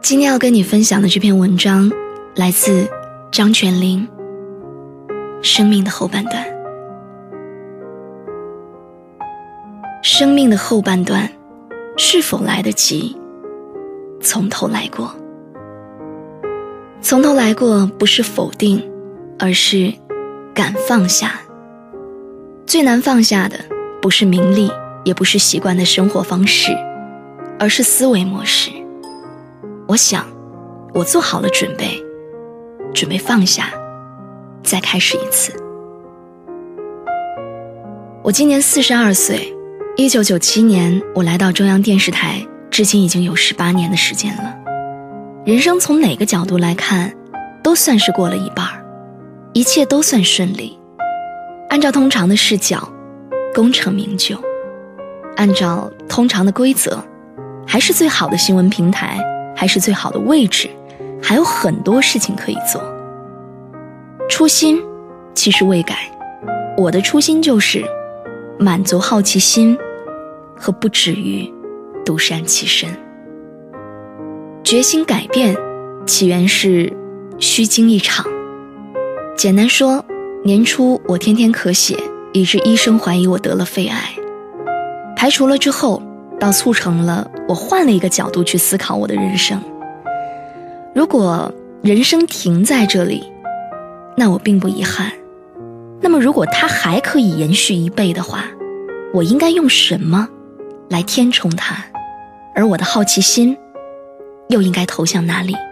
今天要跟你分享的这篇文章来自张泉灵，生命的后半段。生命的后半段是否来得及从头来过？从头来过不是否定，而是敢放下。最难放下的不是名利，也不是习惯的生活方式，而是思维模式。我想我做好了准备放下，再开始一次。我今年42岁，1997年我来到中央电视台，至今已经有18年的时间了。人生从哪个角度来看，都算是过了一半，一切都算顺利。按照通常的视角，功成名就；按照通常的规则，还是最好的新闻平台，还是最好的位置，还有很多事情可以做。初心其实未改，我的初心就是满足好奇心和不止于独善其身。决心改变起源是虚惊一场。简单说，年初我天天咳血，以致医生怀疑我得了肺癌。排除了之后，倒促成了我换了一个角度去思考我的人生。如果人生停在这里，那我并不遗憾。那么如果它还可以延续1倍的话，我应该用什么来填充它？而我的好奇心又应该投向哪里？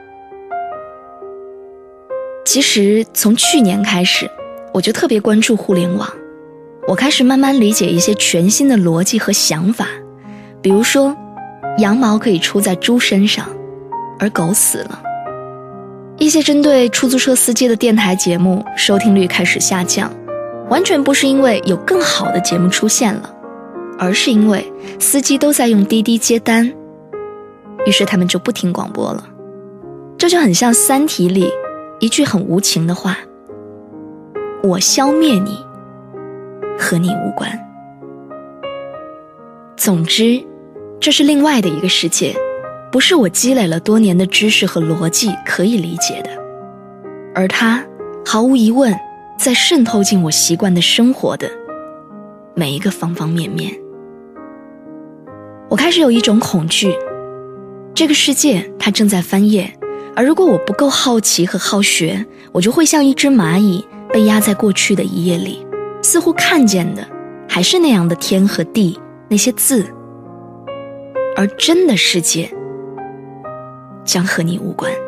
其实从去年开始，我就特别关注互联网，我开始慢慢理解一些全新的逻辑和想法。比如说，羊毛可以出在猪身上，而狗死了。一些针对出租车司机的电台节目收听率开始下降，完全不是因为有更好的节目出现了，而是因为司机都在用滴滴接单，于是他们就不听广播了。这就很像《三体》里一句很无情的话：我消灭你，和你无关。总之，这是另外的一个世界，不是我积累了多年的知识和逻辑可以理解的，而它毫无疑问在渗透进我习惯的生活的每一个方方面面。我开始有一种恐惧，这个世界它正在翻页，而如果我不够好奇和好学，我就会像一只蚂蚁被压在过去的一页里，似乎看见的还是那样的天和地，那些字，而真的世界将和你无关。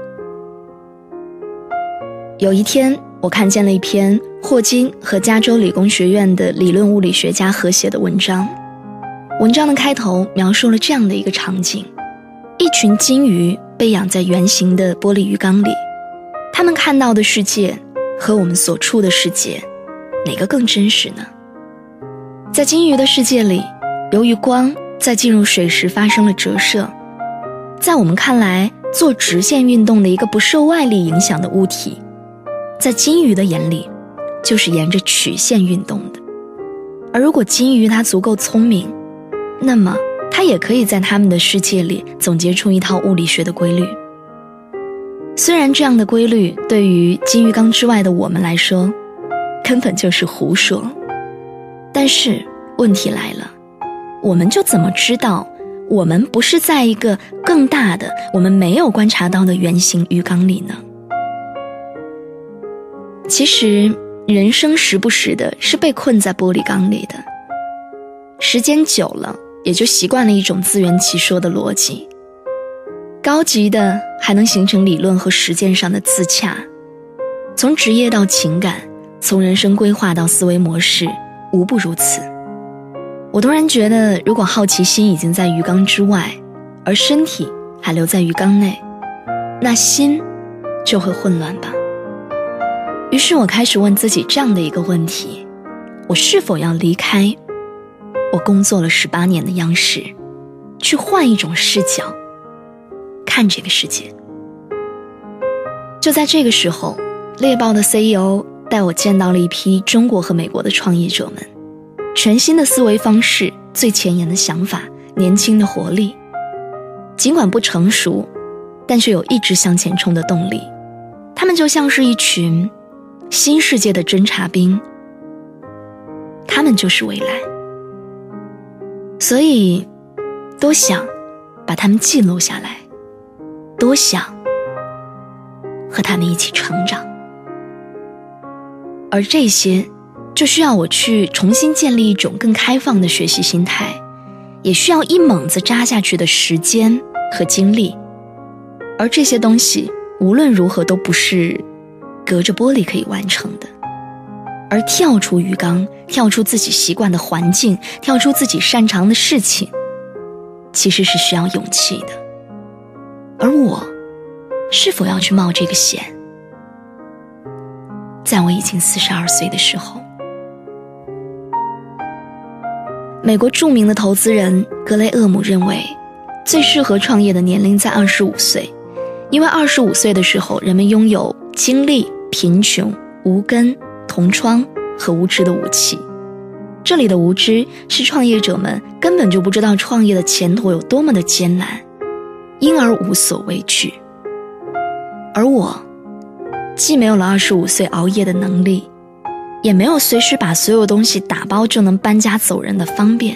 有一天，我看见了一篇霍金和加州理工学院的理论物理学家合写的文章。文章的开头描述了这样的一个场景：一群金鱼被养在圆形的玻璃鱼缸里，他们看到的世界和我们所处的世界，哪个更真实呢？在金鱼的世界里，由于光在进入水时发生了折射，在我们看来做直线运动的一个不受外力影响的物体，在金鱼的眼里就是沿着曲线运动的。而如果金鱼它足够聪明，那么它也可以在它们的世界里总结出一套物理学的规律。虽然这样的规律对于金鱼缸之外的我们来说根本就是胡说，但是问题来了，我们就怎么知道我们不是在一个更大的我们没有观察到的圆形鱼缸里呢？其实人生时不时的是被困在玻璃缸里的，时间久了也就习惯了一种自圆其说的逻辑，高级的还能形成理论和实践上的自洽。从职业到情感，从人生规划到思维模式，无不如此。我突然觉得，如果好奇心已经在鱼缸之外，而身体还留在鱼缸内，那心就会混乱吧。于是我开始问自己这样的一个问题：我是否要离开我工作了18年的央视，去换一种视角看这个世界？就在这个时候，猎豹的 CEO 带我见到了一批中国和美国的创业者们，全新的思维方式，最前沿的想法，年轻的活力。尽管不成熟， 但却有一直向前冲的动力。他们就像是一群新世界的侦察兵，他们就是未来。所以多想把他们记录下来，多想和他们一起成长。而这些就需要我去重新建立一种更开放的学习心态，也需要一猛子扎下去的时间和精力。而这些东西无论如何都不是隔着玻璃可以完成的。而跳出鱼缸，跳出自己习惯的环境，跳出自己擅长的事情，其实是需要勇气的。而我是否要去冒这个险？在我已经42岁的时候，美国著名的投资人格雷厄姆认为，最适合创业的年龄在25岁，因为25岁的时候，人们拥有经历、贫穷、无根、同窗和无知的武器。这里的无知是创业者们根本就不知道创业的前途有多么的艰难，因而无所畏惧。而我既没有了25岁熬夜的能力，也没有随时把所有东西打包就能搬家走人的方便。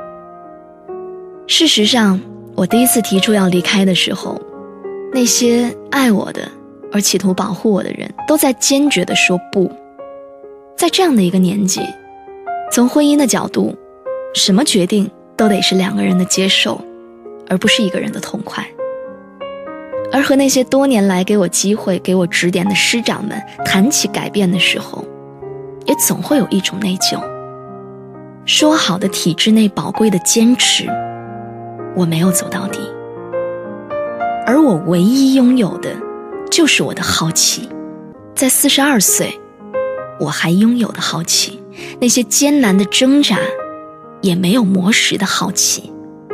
事实上，我第一次提出要离开的时候，那些爱我的而企图保护我的人都在坚决地说不。在这样的一个年纪，从婚姻的角度，什么决定都得是2个人的接受，而不是1个人的痛快。而和那些多年来给我机会、给我指点的师长们谈起改变的时候，也总会有一种内疚。说好的体制内宝贵的坚持，我没有走到底。而我唯一拥有的就是我的好奇。在42岁，我还拥有的好奇，那些艰难的挣扎也没有磨蚀的好奇。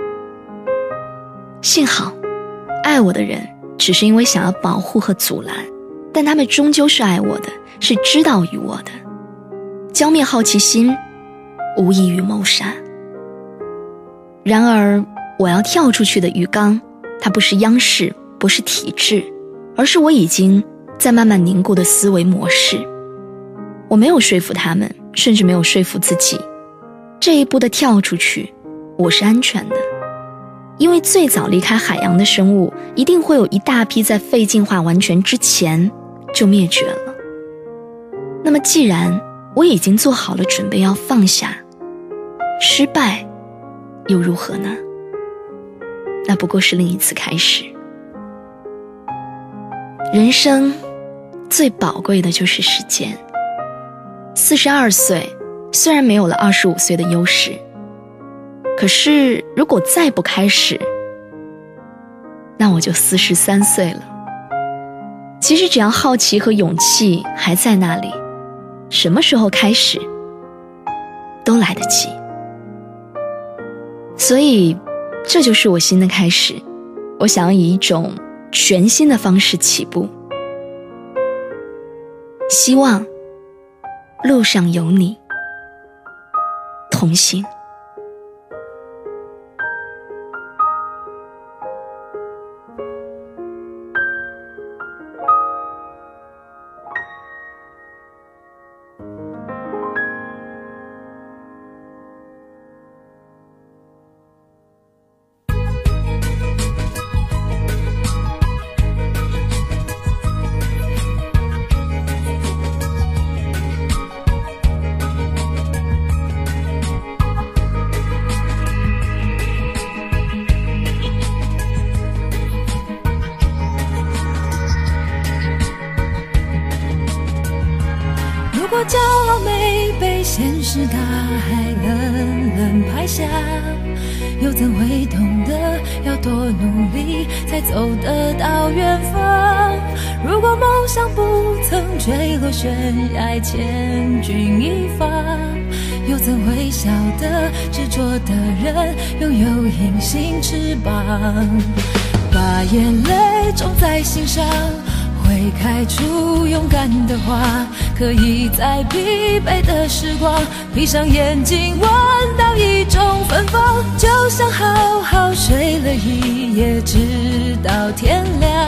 幸好爱我的人只是因为想要保护和阻拦，但他们终究是爱我的，是知道于我的。浇灭好奇心无异于谋杀。然而我要跳出去的鱼缸，它不是央视，不是体制，而是我已经在慢慢凝固的思维模式。我没有说服他们，甚至没有说服自己，这一步的跳出去，我是安全的。因为最早离开海洋的生物，一定会有一大批在肺进化完全之前就灭绝了。那么既然我已经做好了准备要放下，失败又如何呢？那不过是另一次开始。人生最宝贵的就是时间。42岁虽然没有了25岁的优势，可是如果再不开始，那我就43岁了。其实只要好奇和勇气还在那里，什么时候开始都来得及。所以这就是我新的开始，我想要以一种全新的方式起步。希望路上有你同行。 如果骄傲没被现实大海冷冷拍下，又怎会懂得要多努力才走得到远方？如果梦想不曾坠落悬崖千钧一发，又怎会晓得执着的人拥有隐形翅膀？把眼泪种在心上，会开出勇敢的花，可以在疲惫的时光闭上眼睛闻到一种芬芳，就像好好睡了一夜直到天亮。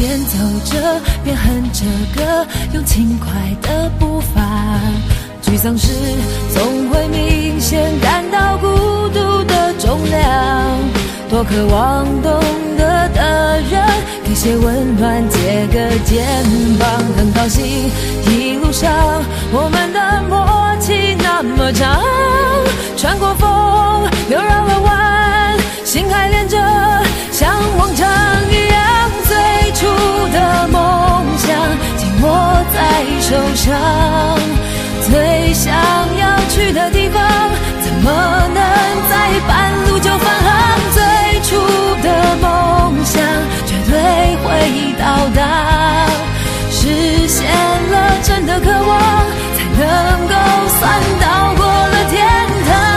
边走着边哼着歌，用轻快的步伐。沮丧时总会明显感到孤独的重量，多渴望懂得的人给些温暖，借个肩膀。很高兴一路上我们的默契那么长，穿过风又绕了弯，心还连着像往常一样，最初的梦想紧握在手上，最想要去的地方怎么能在半路就返航？最初的梦想绝对会到达，实现了真的渴望，才能够算到过了天堂。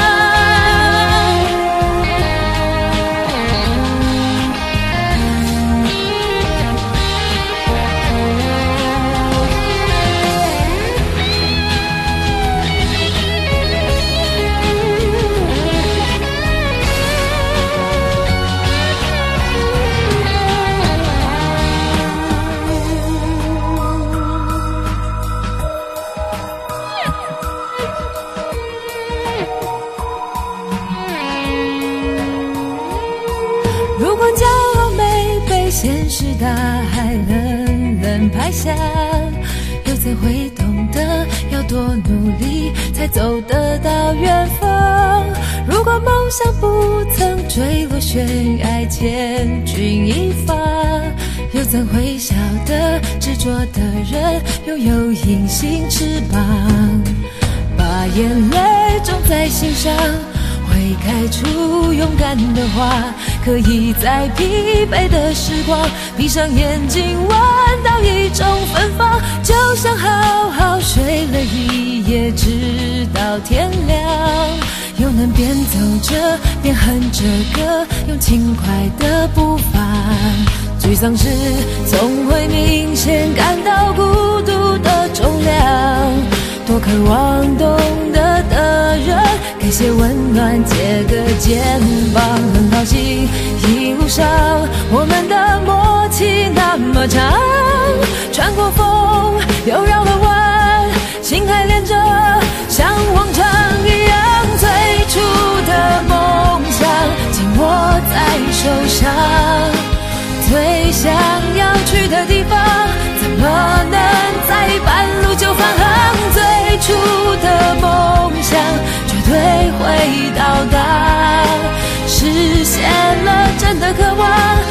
如果骄傲没被现实大海冷冷拍下，又怎会懂得要多努力才走得到远方？如果梦想不曾坠落悬崖，千钧一发，又怎会晓得执着的人拥有隐形翅膀？把眼泪种在心上，会开出勇敢的花，可以在疲惫的时光闭上眼睛闻到一种芬芳，就像好好睡了一夜直到天亮，又能边走着边哼着歌，用轻快的步伐。沮丧时总会明显感到孤独的重量，多渴望懂得的人给些温暖，借个肩膀。很高兴一路上我们的默契那么长，穿过风又绕了弯，心还连着像往常一样，最初的梦想紧握在手上，最想要去的地方怎么能在半路就返航？最初的梦想绝对会到达，实现了真的渴望，